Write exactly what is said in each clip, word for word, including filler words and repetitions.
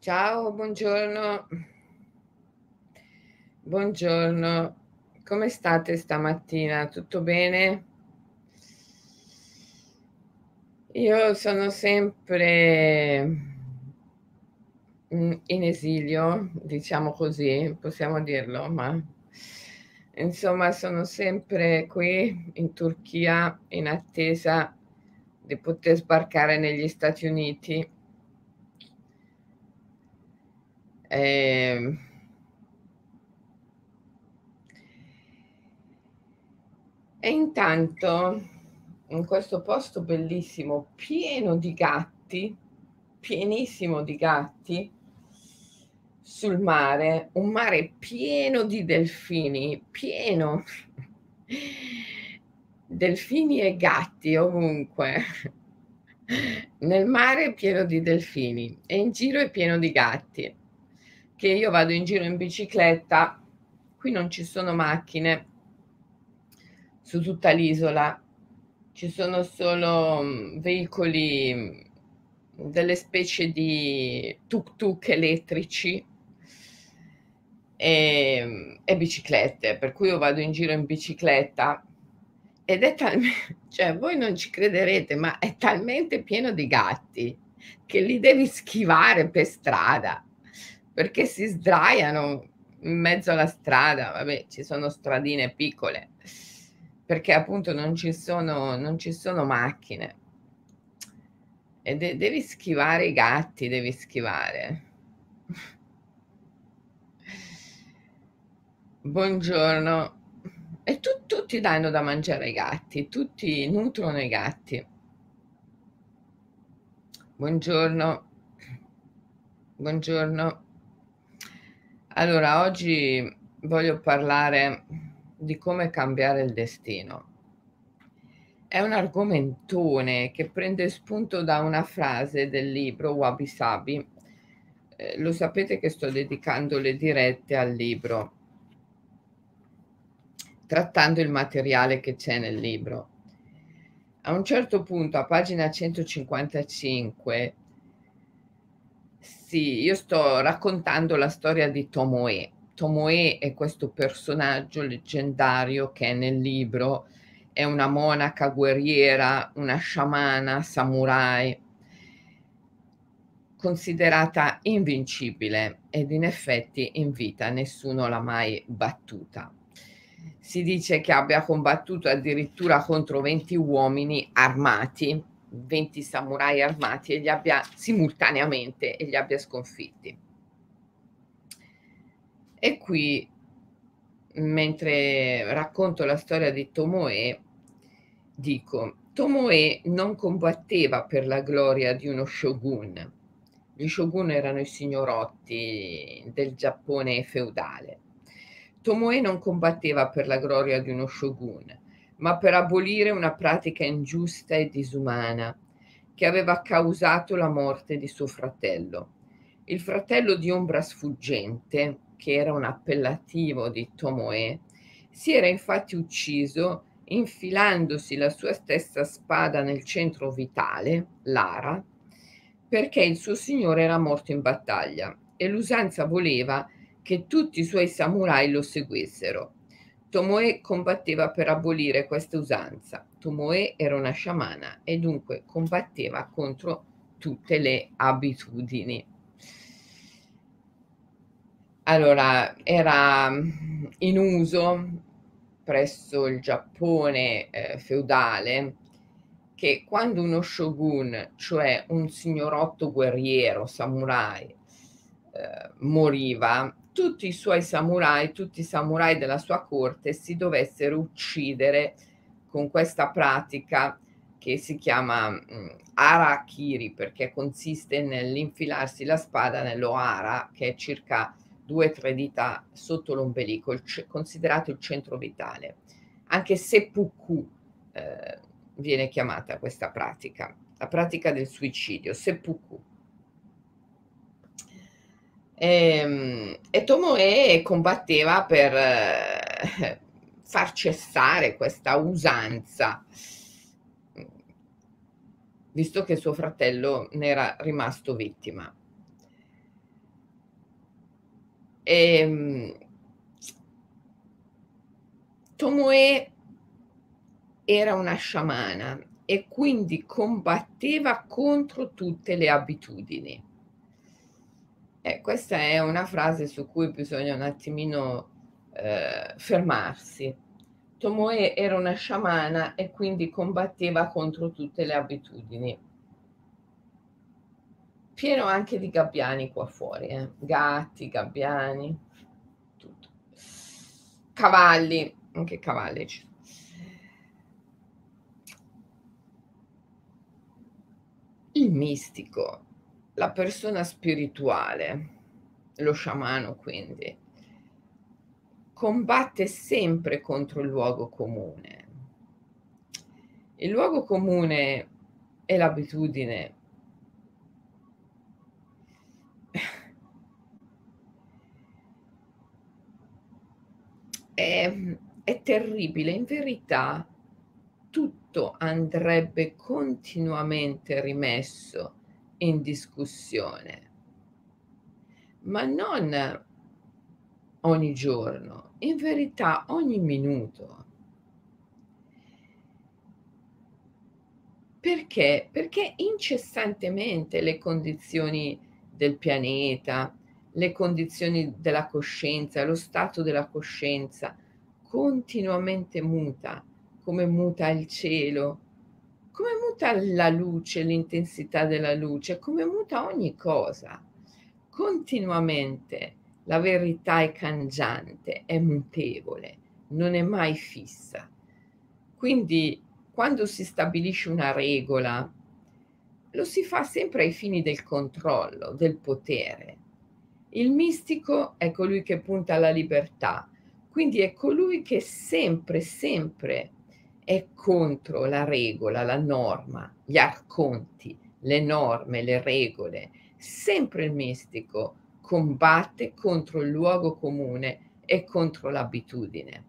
Ciao, buongiorno. Buongiorno. Come state stamattina? Tutto bene? Io sono sempre, mhmm, in esilio, diciamo così, possiamo dirlo, ma insomma sono sempre qui in Turchia in attesa di poter sbarcare negli Stati Uniti. Ehm E intanto in questo posto bellissimo, pieno di gatti, pienissimo di gatti, sul mare, un mare pieno di delfini, pieno. Delfini e gatti ovunque. Nel mare pieno di delfini e in giro è pieno di gatti. Che io vado in giro in bicicletta, qui non ci sono macchine su tutta l'isola, ci sono solo, mhmm, veicoli, mhmm, delle specie di tuk-tuk elettrici, ehm, e biciclette, per cui io vado in giro in bicicletta ed è talme cioè voi non ci crederete, ma è talmente pieno di gatti che li devi schivare per strada, perché si sdraiano in mezzo alla strada. Vabbè, ci sono stradine piccole, perché appunto non ci sono non ci sono macchine. E de devi schivare i gatti, devi schivare. Buongiorno. E tu tutti danno da mangiare ai gatti, tutti nutrono i gatti. Buongiorno. Buongiorno. Allora, oggi voglio parlare di come cambiare il destino. È un argomentone che prende spunto da una frase del libro Wabi Sabi. Ehm, lo sapete che sto dedicando le dirette al libro trattando il materiale che c'è nel libro. A un certo punto, a pagina centocinquantacinque sì, io sto raccontando la storia di Tomoe. Tomoe è questo personaggio leggendario che è nel libro, è una monaca guerriera, una sciamana samurai considerata invincibile ed in effetti in vita nessuno l'ha mai battuta. Si dice che abbia combattuto addirittura contro venti uomini armati, venti samurai armati e li abbia simultaneamente e li abbia sconfitti. E qui, mentre racconto la storia di Tomoe, dico: Tomoe non combatteva per la gloria di uno shogun. Gli shogun erano i signorotti del Giappone feudale. Tomoe non combatteva per la gloria di uno shogun, ma per abolire una pratica ingiusta e disumana che aveva causato la morte di suo fratello. Il fratello di Ombra Sfuggente, che era un appellativo di Tomoe, si era infatti ucciso infilandosi la sua stessa spada nel centro vitale, l'ara, perché il suo signore era morto in battaglia e l'usanza voleva che tutti i suoi samurai lo seguissero. Tomoe combatteva per abolire questa usanza. Tomoe era una sciamana e dunque combatteva contro tutte le abitudini. Allora, era mhmm, in uso presso il Giappone, ehm, feudale, che quando uno shogun, cioè un signorotto guerriero, samurai, ehm, moriva, tutti i suoi samurai, tutti i samurai della sua corte si dovessero uccidere con questa pratica che si chiama, mhmm, harakiri, perché consiste nell'infilarsi la spada nell'ohara, che è circa due, tre dita sotto l'ombelico, il c considerato il centro vitale. Anche seppuku, ehm, viene chiamata questa pratica, la pratica del suicidio, seppuku. Ehm, e Tomoe combatteva per eh, far cessare questa usanza, mhmm, visto che suo fratello ne era rimasto vittima. Ehm Tomoe era una sciamana e quindi combatteva contro tutte le abitudini. Eh, questa è una frase su cui bisogna un attimino, ehm, fermarsi. Tomoe era una sciamana e quindi combatteva contro tutte le abitudini. Pieno anche di gabbiani qua fuori, eh, gatti, gabbiani, tutto. Cavalli, anche cavalli ci Il mistico, la persona spirituale, lo sciamano quindi, combatte sempre contro il luogo comune. Il luogo comune è l'abitudine. È mhmm, è terribile. In verità tutto andrebbe continuamente rimesso in discussione. Ma non ogni giorno, in verità ogni minuto. Perché? Perché incessantemente le condizioni del pianeta, le condizioni della coscienza, lo stato della coscienza continuamente muta, come muta il cielo, come muta la luce, l'intensità della luce, come muta ogni cosa. Continuamente la verità è cangiante, è mutevole, non è mai fissa. Quindi quando si stabilisce una regola, lo si fa sempre ai fini del controllo, del potere. Il mistico è colui che punta alla libertà, quindi è colui che sempre, sempre è contro la regola, la norma, gli arconti, le norme, le regole. Sempre il mistico combatte contro il luogo comune e contro l'abitudine.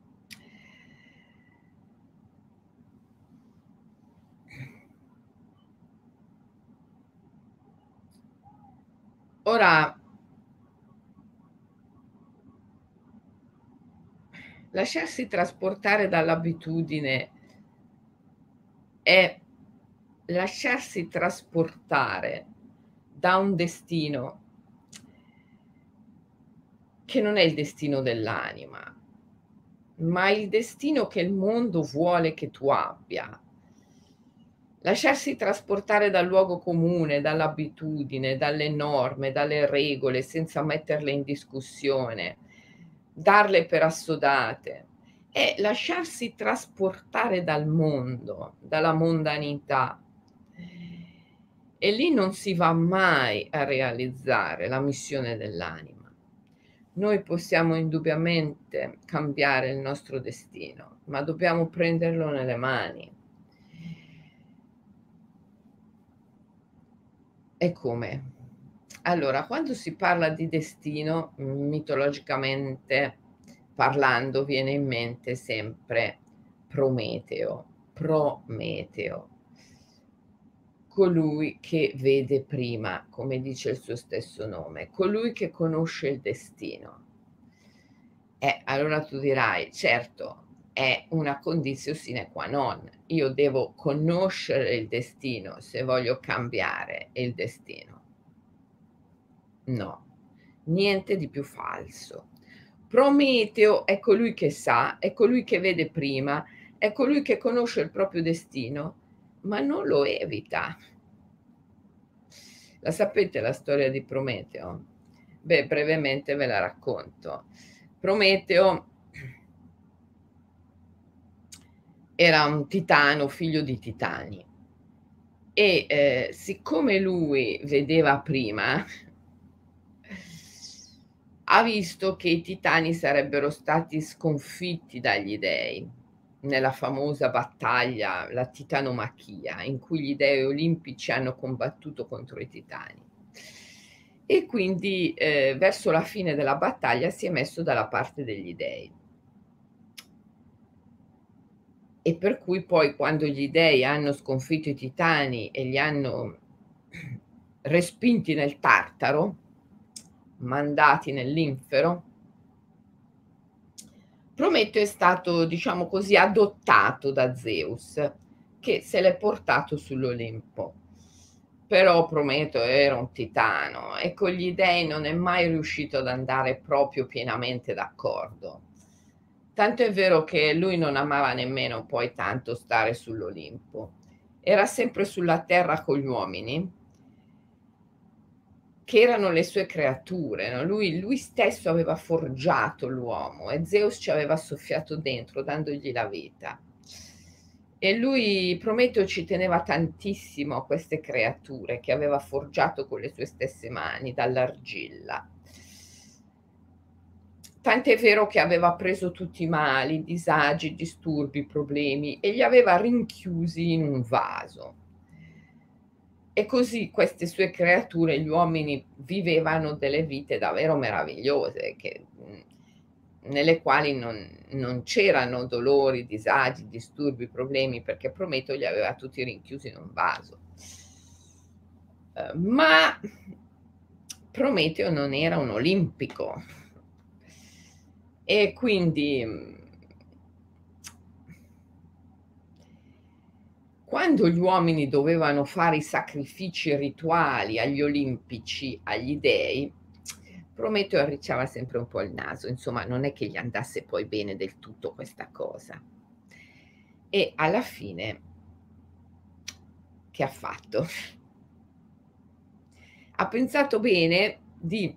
Ora lasciarsi trasportare dall'abitudine è lasciarsi trasportare da un destino che non è il destino dell'anima, ma il destino che il mondo vuole che tu abbia. Lasciarsi trasportare dal luogo comune, dall'abitudine, dalle norme, dalle regole senza metterle in discussione, darle per assodate, è lasciarsi trasportare dal mondo, dalla mondanità. E lì non si va mai a realizzare la missione dell'anima. Noi possiamo indubbiamente cambiare il nostro destino, ma dobbiamo prenderlo nelle mani. E come? Allora, quando si parla di destino, mitologicamente parlando, viene in mente sempre Prometeo, Prometeo, colui che vede prima, come dice il suo stesso nome, colui che conosce il destino. Eh, allora tu dirai: "Certo, è una conditio sine qua non. Io devo conoscere il destino se voglio cambiare il destino." No, niente di più falso. Prometeo è colui che sa, è colui che vede prima, è colui che conosce il proprio destino, ma non lo evita. La sapete la storia di Prometeo? Beh, brevemente ve la racconto. Prometeo era un titano, figlio di titani e, ehm, siccome lui vedeva prima, ha visto che i titani sarebbero stati sconfitti dagli dei nella famosa battaglia, la Titanomachia, in cui gli dei olimpici hanno combattuto contro i titani. E quindi, ehm, verso la fine della battaglia si è messo dalla parte degli dei. E per cui poi quando gli dei hanno sconfitto i titani e li hanno respinti nel Tartaro, mandati nell'infero, Prometeo è stato, diciamo così, adottato da Zeus, che se l'è portato sull'Olimpo. Però Prometeo era un titano e con gli dei non è mai riuscito ad andare proprio pienamente d'accordo. Tanto è vero che lui non amava nemmeno poi tanto stare sull'Olimpo. Era sempre sulla terra con gli uomini, che erano le sue creature, no, lui lui stesso aveva forgiato l'uomo e Zeus ci aveva soffiato dentro dandogli la vita. E lui, Prometeo, ci teneva tantissimo a queste creature che aveva forgiato con le sue stesse mani dall'argilla. Tant'è vero che aveva preso tutti i mali, disagi, disturbi, problemi e li aveva rinchiusi in un vaso. E così queste sue creature, gli uomini, vivevano delle vite davvero meravigliose che, mhmm, nelle quali non non c'erano dolori, disagi, disturbi, problemi, perché Prometeo li aveva tutti rinchiusi in un vaso. Uhm, ma Prometeo non era un olimpico. E quindi, mhmm quando gli uomini dovevano fare i sacrifici rituali agli olimpici, agli dei, Prometeo arricciava sempre un po' il naso, insomma non è che gli andasse poi bene del tutto questa cosa. E alla fine che ha fatto? Ha pensato bene di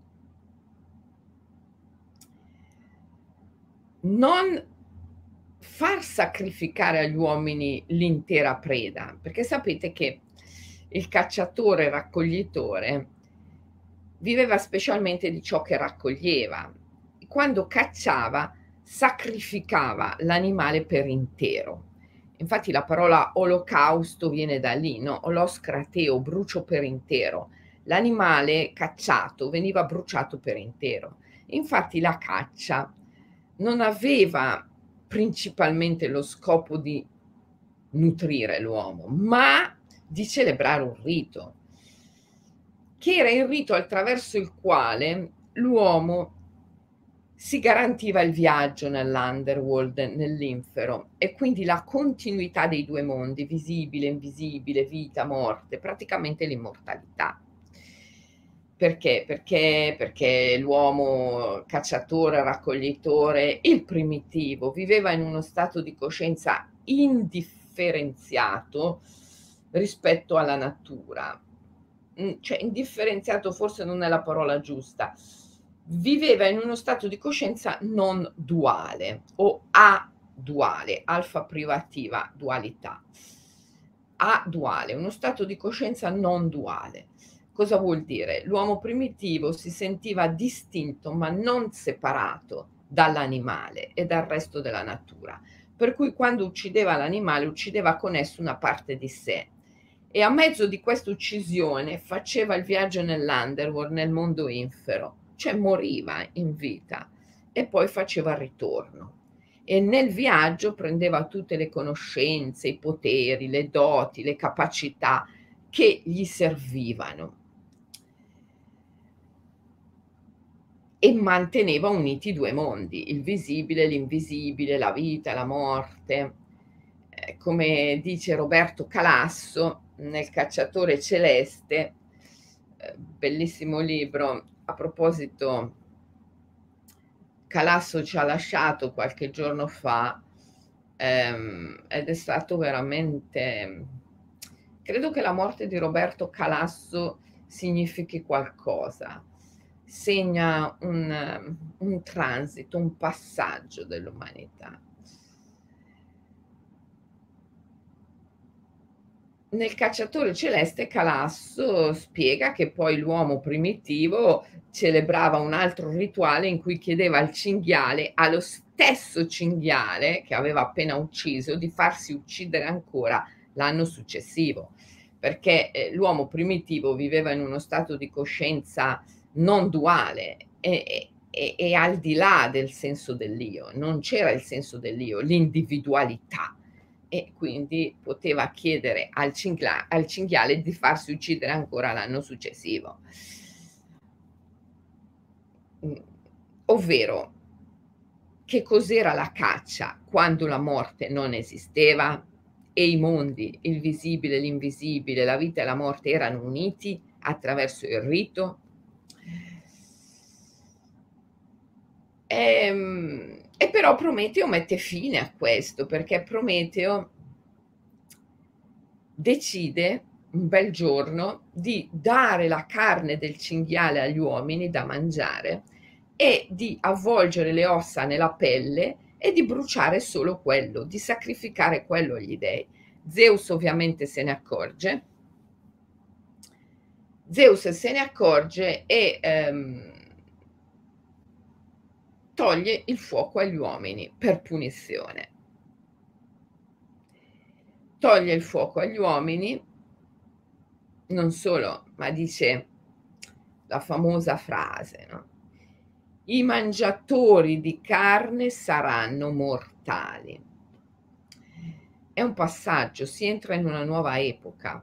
non far sacrificare agli uomini l'intera preda, perché sapete che il cacciatore raccoglitore viveva specialmente di ciò che raccoglieva. Quando cacciava, sacrificava l'animale per intero. Infatti la parola olocausto viene da lì, no, olos krateo, brucio per intero. L'animale cacciato veniva bruciato per intero. Infatti la caccia non aveva principalmente lo scopo di nutrire l'uomo, ma di celebrare un rito, che era il rito attraverso il quale l'uomo si garantiva il viaggio nell'underworld, nell'infero, e quindi la continuità dei due mondi, visibile, invisibile, vita, morte, praticamente l'immortalità. Perché? Perché perché l'uomo cacciatore, raccoglitore, il primitivo, viveva in uno stato di coscienza indifferenziato rispetto alla natura. Mhmm, cioè indifferenziato forse non è la parola giusta. Viveva in uno stato di coscienza non duale o aduale, alfa privativa, dualità. Aduale, uno stato di coscienza non duale. Cosa vuol dire? L'uomo primitivo si sentiva distinto, ma non separato dall'animale e dal resto della natura. Per cui quando uccideva l'animale, uccideva con esso una parte di sé. E a mezzo di questa uccisione faceva il viaggio nell'underworld, nel mondo infero, cioè moriva in vita e poi faceva il ritorno. E nel viaggio prendeva tutte le conoscenze, i poteri, le doti, le capacità che gli servivano. E manteneva uniti i due mondi, il visibile, l'invisibile, la vita, la morte. Ehm, come dice Roberto Calasso nel Cacciatore celeste, ehm, bellissimo libro, a proposito Calasso ci ha lasciato qualche giorno fa, ehm, ed è stato veramente credo che la morte di Roberto Calasso significhi qualcosa. Segna un un transito, un passaggio dell'umanità. Nel Cacciatore celeste Calasso spiega che poi l'uomo primitivo celebrava un altro rituale in cui chiedeva al cinghiale, allo stesso cinghiale che aveva appena ucciso, di farsi uccidere ancora l'anno successivo, perché, ehm, l'uomo primitivo viveva in uno stato di coscienza non duale e e e e al di là del senso dell'io, non c'era il senso dell'io, l'individualità. E quindi poteva chiedere al cingla al cinghiale di farsi uccidere ancora l'anno successivo. Mhmm, ovvero, che cos'era la caccia quando la morte non esisteva e i mondi, il visibile e l'invisibile, la vita e la morte erano uniti attraverso il rito? Ehm, e però Prometeo mette fine a questo, perché Prometeo decide un bel giorno di dare la carne del cinghiale agli uomini da mangiare e di avvolgere le ossa nella pelle e di bruciare solo quello, di sacrificare quello agli dei. Zeus ovviamente se ne accorge. Zeus se ne accorge e ehm, toglie il fuoco agli uomini per punizione. Toglie il fuoco agli uomini, non solo, ma dice la famosa frase, no? I mangiatori di carne saranno mortali. È un passaggio, si entra in una nuova epoca.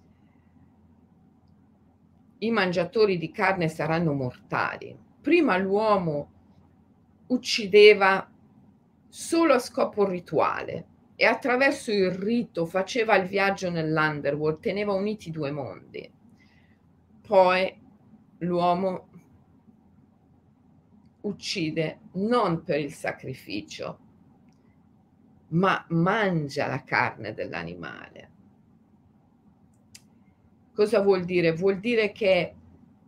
I mangiatori di carne saranno mortali. Prima l'uomo uccideva solo a scopo rituale e attraverso il rito faceva il viaggio nell'underworld, teneva uniti i due mondi. Poi l'uomo uccide non per il sacrificio, ma mangia la carne dell'animale. Cosa vuol dire? Vuol dire che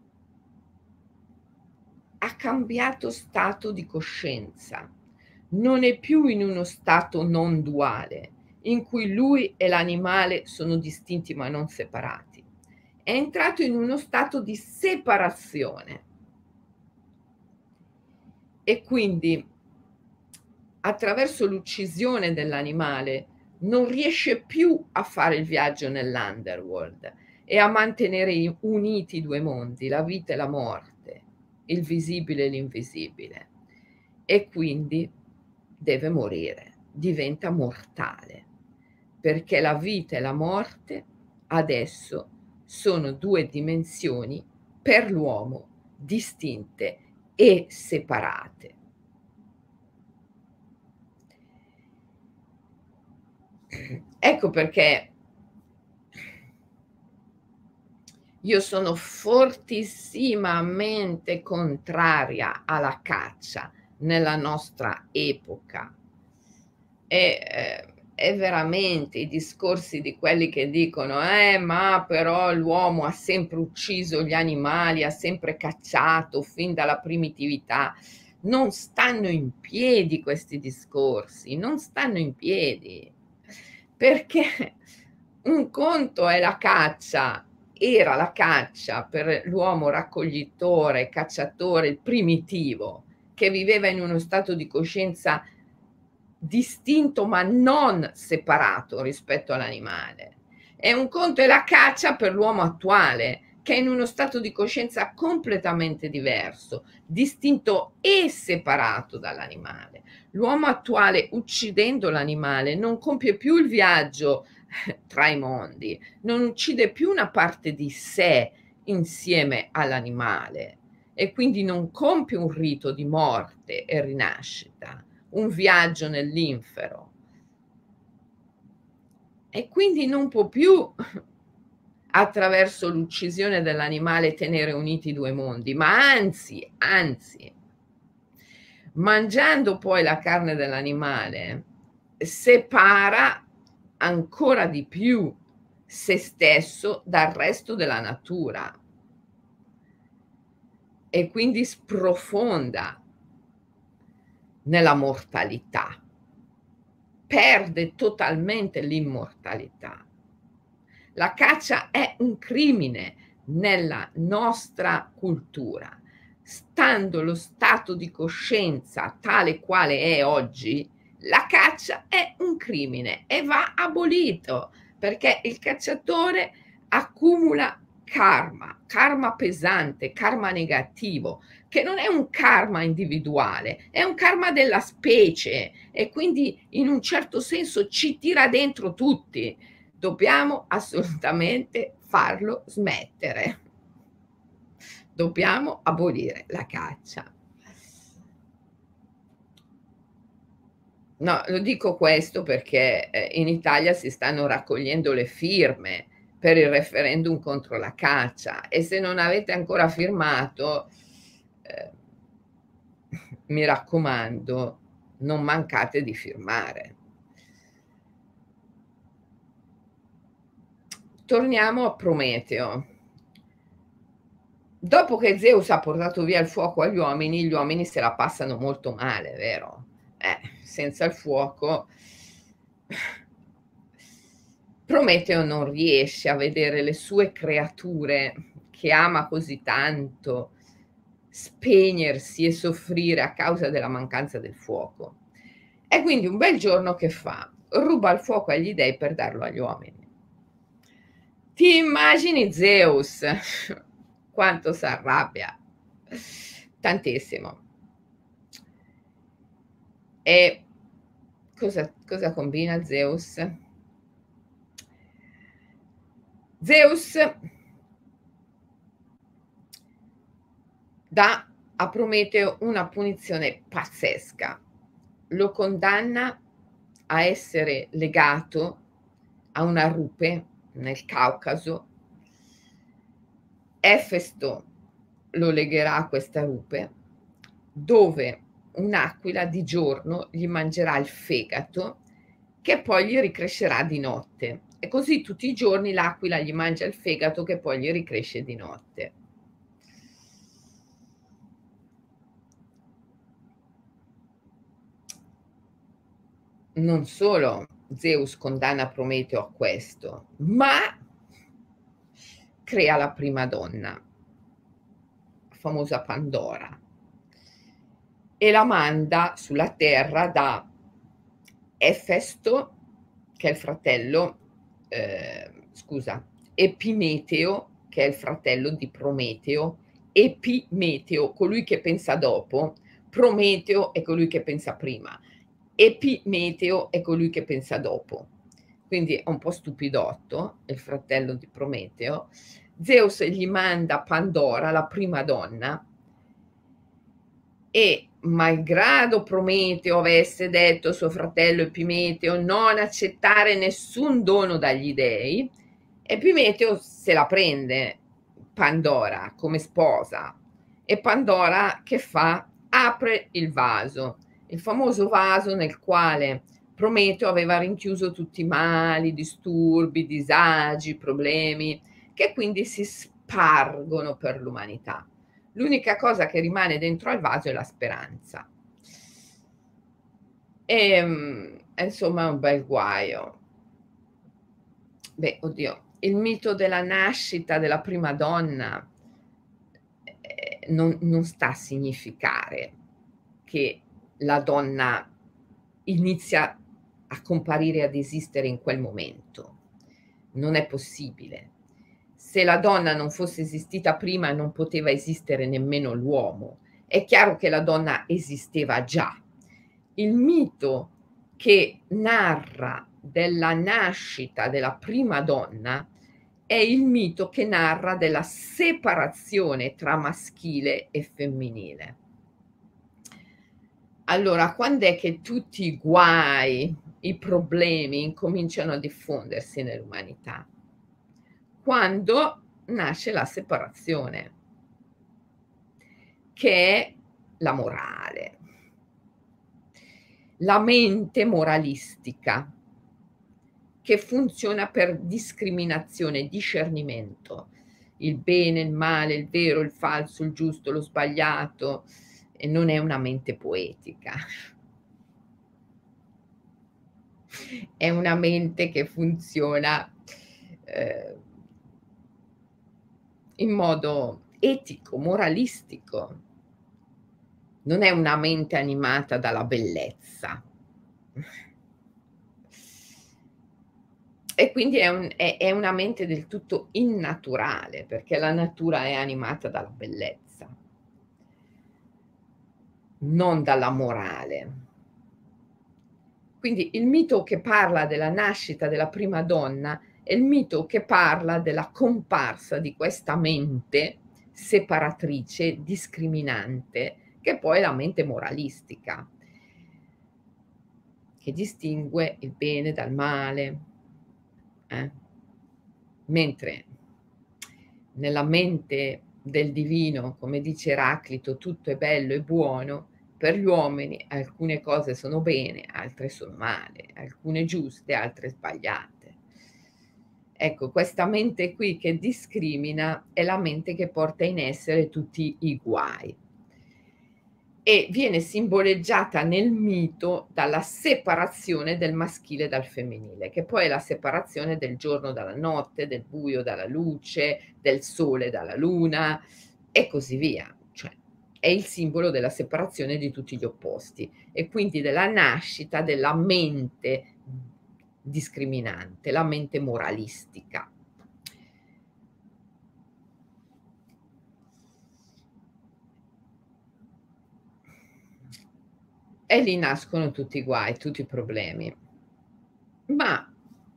ha cambiato stato di coscienza, non è più in uno stato non duale, in cui lui e l'animale sono distinti ma non separati. È entrato in uno stato di separazione. E quindi, attraverso l'uccisione dell'animale, non riesce più a fare il viaggio nell'underworld e a mantenere uniti i due mondi, la vita e la morte, il visibile e l'invisibile. E quindi deve morire, diventa mortale, perché la vita e la morte adesso sono due dimensioni per l'uomo distinte e separate. Ecco perché io sono fortissimamente contraria alla caccia nella nostra epoca. E, ehm, è veramente i discorsi di quelli che dicono: "Eh, ma però l'uomo ha sempre ucciso gli animali, ha sempre cacciato fin dalla primitività." Non stanno in piedi questi discorsi, non stanno in piedi, perché un conto è la caccia, era la caccia per l'uomo raccoglitore, cacciatore, il primitivo, che viveva in uno stato di coscienza distinto ma non separato rispetto all'animale. E un conto è la caccia per l'uomo attuale, che è in uno stato di coscienza completamente diverso, distinto e separato dall'animale. L'uomo attuale, uccidendo l'animale, non compie più il viaggio tra i mondi, non uccide più una parte di sé insieme all'animale e quindi non compie un rito di morte e rinascita, un viaggio nell'infero. E quindi non può più attraverso l'uccisione dell'animale tenere uniti i due mondi, ma anzi, anzi, mangiando poi la carne dell'animale, separa ancora di più se stesso dal resto della natura e quindi sprofonda nella mortalità, perde totalmente l'immortalità. La caccia è un crimine nella nostra cultura. Stando lo stato di coscienza tale quale è oggi, la caccia è un crimine e va abolito, perché il cacciatore accumula karma, karma pesante, karma negativo, che non è un karma individuale, è un karma della specie e quindi in un certo senso ci tira dentro tutti. Dobbiamo assolutamente farlo smettere. Dobbiamo abolire la caccia. No, lo dico questo perché, ehm, in Italia si stanno raccogliendo le firme per il referendum contro la caccia e se non avete ancora firmato, ehm, mi raccomando, non mancate di firmare. Torniamo a Prometeo. Dopo che Zeus ha portato via il fuoco agli uomini, gli uomini se la passano molto male, vero? Eh, senza il fuoco Prometeo non riesce a vedere le sue creature, che ama così tanto, spegnersi e soffrire a causa della mancanza del fuoco. E quindi un bel giorno che fa? Ruba il fuoco agli dei per darlo agli uomini. Ti immagini Zeus quanto s'arrabbia? Tantissimo. E cosa cosa combina Zeus? Zeus dà a Prometeo una punizione pazzesca. Lo condanna a essere legato a una rupe nel Caucaso. Efesto lo legherà a questa rupe, dove un'aquila di giorno gli mangerà il fegato, che poi gli ricrescerà di notte. E così tutti i giorni l'aquila gli mangia il fegato che poi gli ricresce di notte. Non solo Zeus condanna Prometeo a questo, ma crea la prima donna, la famosa Pandora, e la manda sulla terra da Efesto, che è il fratello, ehm, scusa, Epimeteo, che è il fratello di Prometeo, Epimeteo, colui che pensa dopo, Prometeo è colui che pensa prima, Epimeteo è colui che pensa dopo. Quindi è un po' stupidotto, il fratello di Prometeo. Zeus gli manda Pandora, la prima donna, e malgrado Prometeo avesse detto a suo fratello Epimeteo non accettare nessun dono dagli dei, Epimeteo se la prende Pandora come sposa e Pandora che fa? Apre il vaso, il famoso vaso nel quale Prometeo aveva rinchiuso tutti i mali, disturbi, disagi, problemi, che quindi si spargono per l'umanità. L'unica cosa che rimane dentro al vaso è la speranza. Ehm, e insomma è un bel guaio. Beh, oddio, il mito della nascita della prima donna, ehm, non non sta a significare che la donna inizia a comparire, ad esistere in quel momento. Non è possibile. Se la donna non fosse esistita prima, non poteva esistere nemmeno l'uomo. È chiaro che la donna esisteva già. Il mito che narra della nascita della prima donna è il mito che narra della separazione tra maschile e femminile. Allora, quand'è che tutti i guai, i problemi incominciano a diffondersi nell'umanità? Quando nasce la separazione, che è la morale. La mente moralistica, che funziona per discriminazione, discernimento, il bene, il male, il vero, il falso, il giusto, lo sbagliato, e non è una mente poetica. È una mente che funziona, ehm in modo etico, moralistico. Non è una mente animata dalla bellezza. E quindi è un è è una mente del tutto innaturale, perché la natura è animata dalla bellezza non dalla morale. Quindi il mito che parla della nascita della prima donna è il mito che parla della comparsa di questa mente separatrice, discriminante, che poi è la mente moralistica. che distingue il bene dal male, eh. Mentre nella mente del divino, come dice Eraclito, tutto è bello e buono, per gli uomini alcune cose sono bene, altre sono male, alcune giuste, altre sbagliate. Ecco, questa mente qui che discrimina è la mente che porta in essere tutti i guai. E viene simboleggiata nel mito dalla separazione del maschile dal femminile, che poi è la separazione del giorno dalla notte, del buio dalla luce, del sole dalla luna e così via. Cioè, è il simbolo della separazione di tutti gli opposti e quindi della nascita della mente discriminante, la mente moralistica. E lì nascono tutti i guai, tutti i problemi. Ma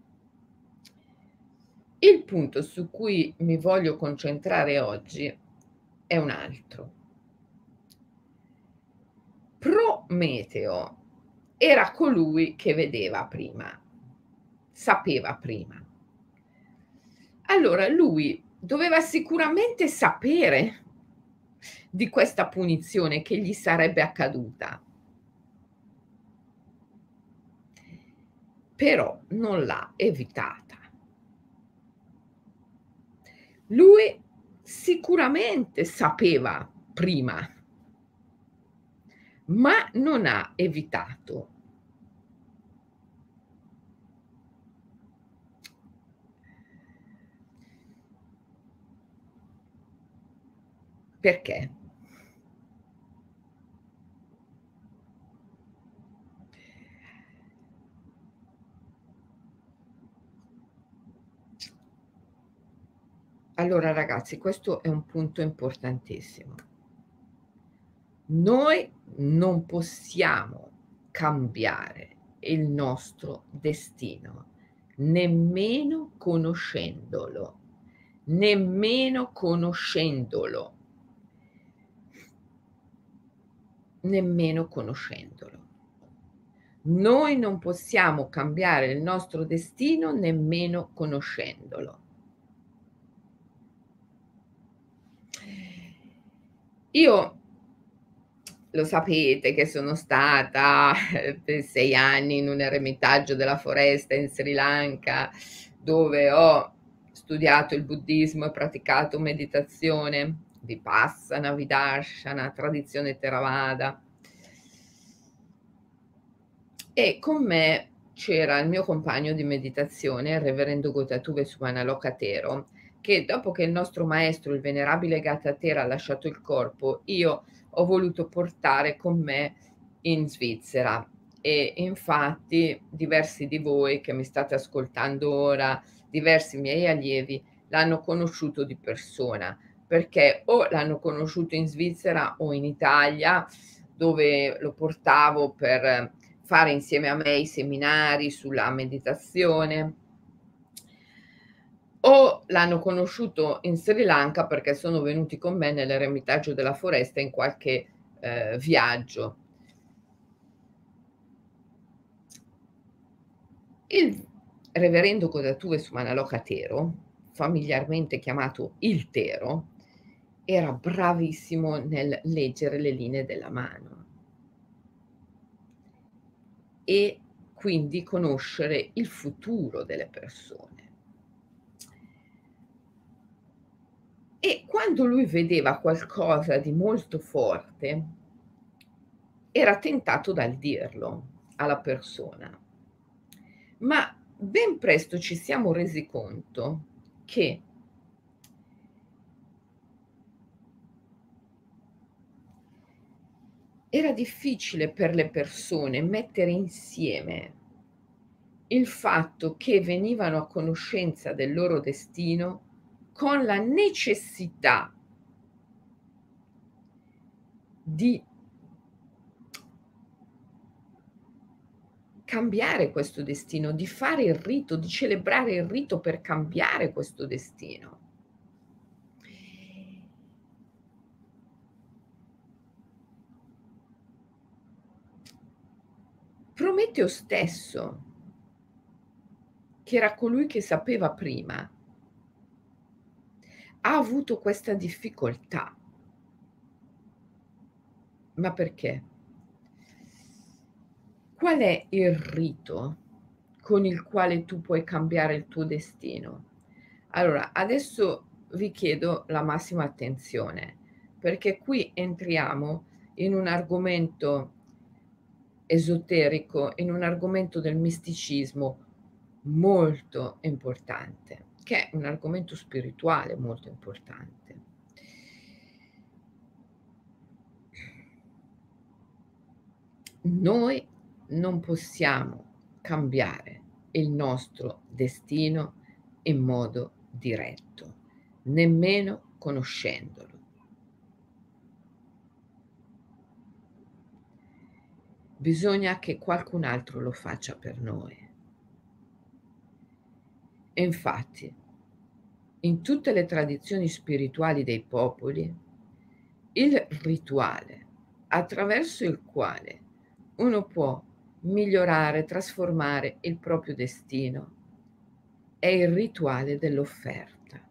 il punto su cui mi voglio concentrare oggi è un altro. Prometeo era colui che vedeva prima, sapeva prima. Allora lui doveva sicuramente sapere di questa punizione che gli sarebbe accaduta. Però non l'ha evitata. Lui sicuramente sapeva prima, ma non ha evitato. Perché? Allora ragazzi, questo è un punto importantissimo. Noi non possiamo cambiare il nostro destino, nemmeno conoscendolo, nemmeno conoscendolo. Nemmeno conoscendolo. Noi non possiamo cambiare il nostro destino nemmeno conoscendolo. Io lo sapete che sono stata per sei anni in un eremitaggio della foresta in Sri Lanka, dove ho studiato il buddismo e praticato meditazione, Vipassana, Vidarshana, tradizione Theravada. E con me c'era il mio compagno di meditazione, il reverendo Gotatuve Sumanaloka Thero, che dopo che il nostro maestro, il venerabile Gatatera, ha lasciato il corpo, io ho voluto portare con me in Svizzera e infatti diversi di voi che mi state ascoltando ora, diversi miei allievi, l'hanno conosciuto di persona, perché o l'hanno conosciuto in Svizzera o in Italia, dove lo portavo per fare insieme a me i seminari sulla meditazione, o l'hanno conosciuto in Sri Lanka perché sono venuti con me nell'eremitaggio della foresta in qualche, ehm, viaggio. Il reverendo Gotatuve Sumanaloka Thero, familiarmente chiamato il Tero, era bravissimo nel leggere le linee della mano e quindi conoscere il futuro delle persone. E quando lui vedeva qualcosa di molto forte, era tentato dal dirlo alla persona. Ma ben presto ci siamo resi conto che era difficile per le persone mettere insieme il fatto che venivano a conoscenza del loro destino con la necessità di cambiare questo destino, di fare il rito, di celebrare il rito per cambiare questo destino. Prometeo stesso, che era colui che sapeva prima, ha avuto questa difficoltà. Ma perché? Qual è il rito con il quale tu puoi cambiare il tuo destino? Allora, adesso vi chiedo la massima attenzione, perché qui entriamo in un argomento esoterico, in un argomento del misticismo molto importante, che è un argomento spirituale molto importante. Noi non possiamo cambiare il nostro destino in modo diretto, nemmeno conoscendolo. Bisogna che qualcun altro lo faccia per noi. E infatti, in tutte le tradizioni spirituali dei popoli, il rituale attraverso il quale uno può migliorare, trasformare il proprio destino è il rituale dell'offerta.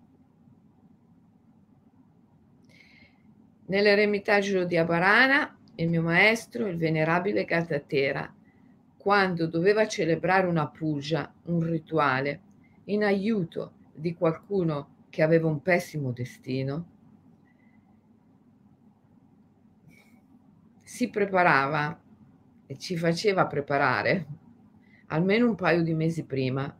Nell'Eremitaggio di Abarana, il mio maestro, il venerabile Gatatera, quando doveva celebrare una puja, un rituale, in aiuto di qualcuno che aveva un pessimo destino, si preparava e ci faceva preparare almeno un paio di mesi prima.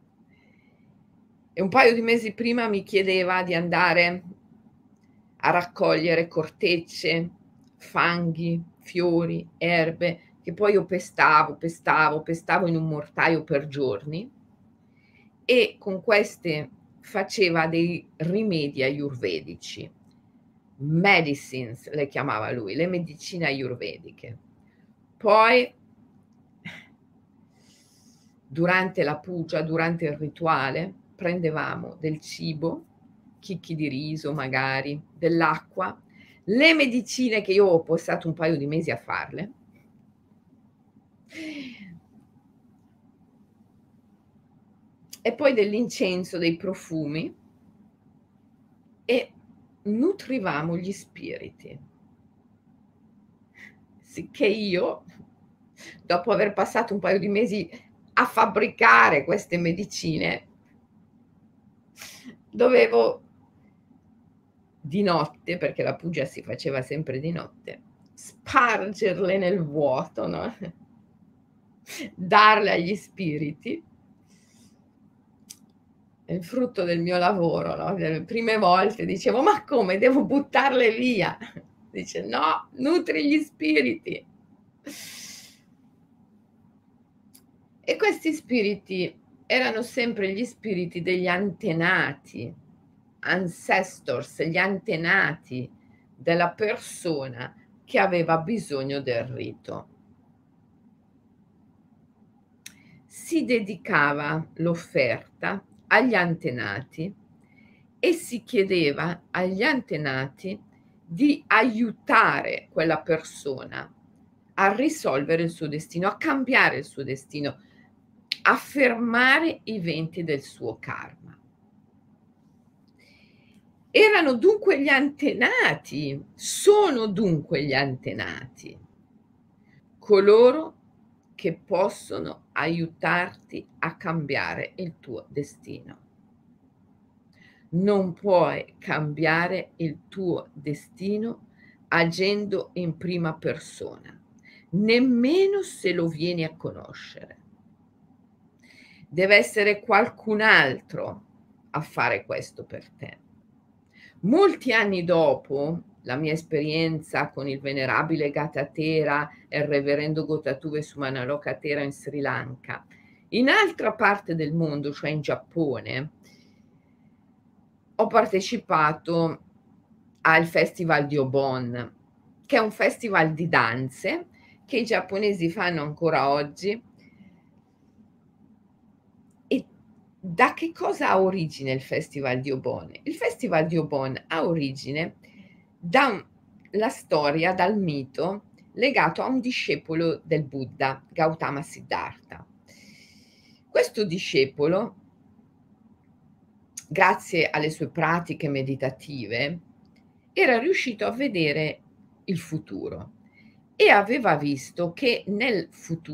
E un paio di mesi prima mi chiedeva di andare a raccogliere cortecce, fanghi, fiori, erbe, che poi io pestavo, pestavo, pestavo in un mortaio per giorni, e con queste faceva dei rimedi ayurvedici, medicines le chiamava lui, le medicine ayurvediche. Poi durante la puja, durante il rituale, prendevamo del cibo, chicchi di riso magari, dell'acqua, le medicine che io ho passato un paio di mesi a farle, e poi dell'incenso, dei profumi, e nutrivamo gli spiriti. Sicché io, dopo aver passato un paio di mesi a fabbricare queste medicine, dovevo di notte, perché la puja si faceva sempre di notte, spargerle nel vuoto, no? Darle agli spiriti. È il frutto del mio lavoro, no? Le prime volte dicevo: "Ma come, devo buttarle via?" Dice: "No, nutri gli spiriti." E questi spiriti erano sempre gli spiriti degli antenati, ancestors, gli antenati della persona che aveva bisogno del rito. Si dedicava l'offerta agli antenati e si chiedeva agli antenati di aiutare quella persona a risolvere il suo destino, a cambiare il suo destino, a fermare i venti del suo karma. Erano dunque gli antenati, sono dunque gli antenati, coloro che possono aiutarti a cambiare il tuo destino. Non puoi cambiare il tuo destino agendo in prima persona, nemmeno se lo vieni a conoscere. Deve essere qualcun altro a fare questo per te. Molti anni dopo la mia esperienza con il venerabile Gatatera e il reverendo Gotatuve Sumanaloka Thera in Sri Lanka, in altra parte del mondo, cioè in Giappone, ho partecipato al Festival di Obon, che è un festival di danze che i giapponesi fanno ancora oggi. E da che cosa ha origine il Festival di Obon? Il Festival di Obon ha origine da un la storia, dal mito legato a un discepolo del Buddha, Gautama Siddhartha. Questo discepolo, grazie alle sue pratiche meditative, era riuscito a vedere il futuro e aveva visto che nel futu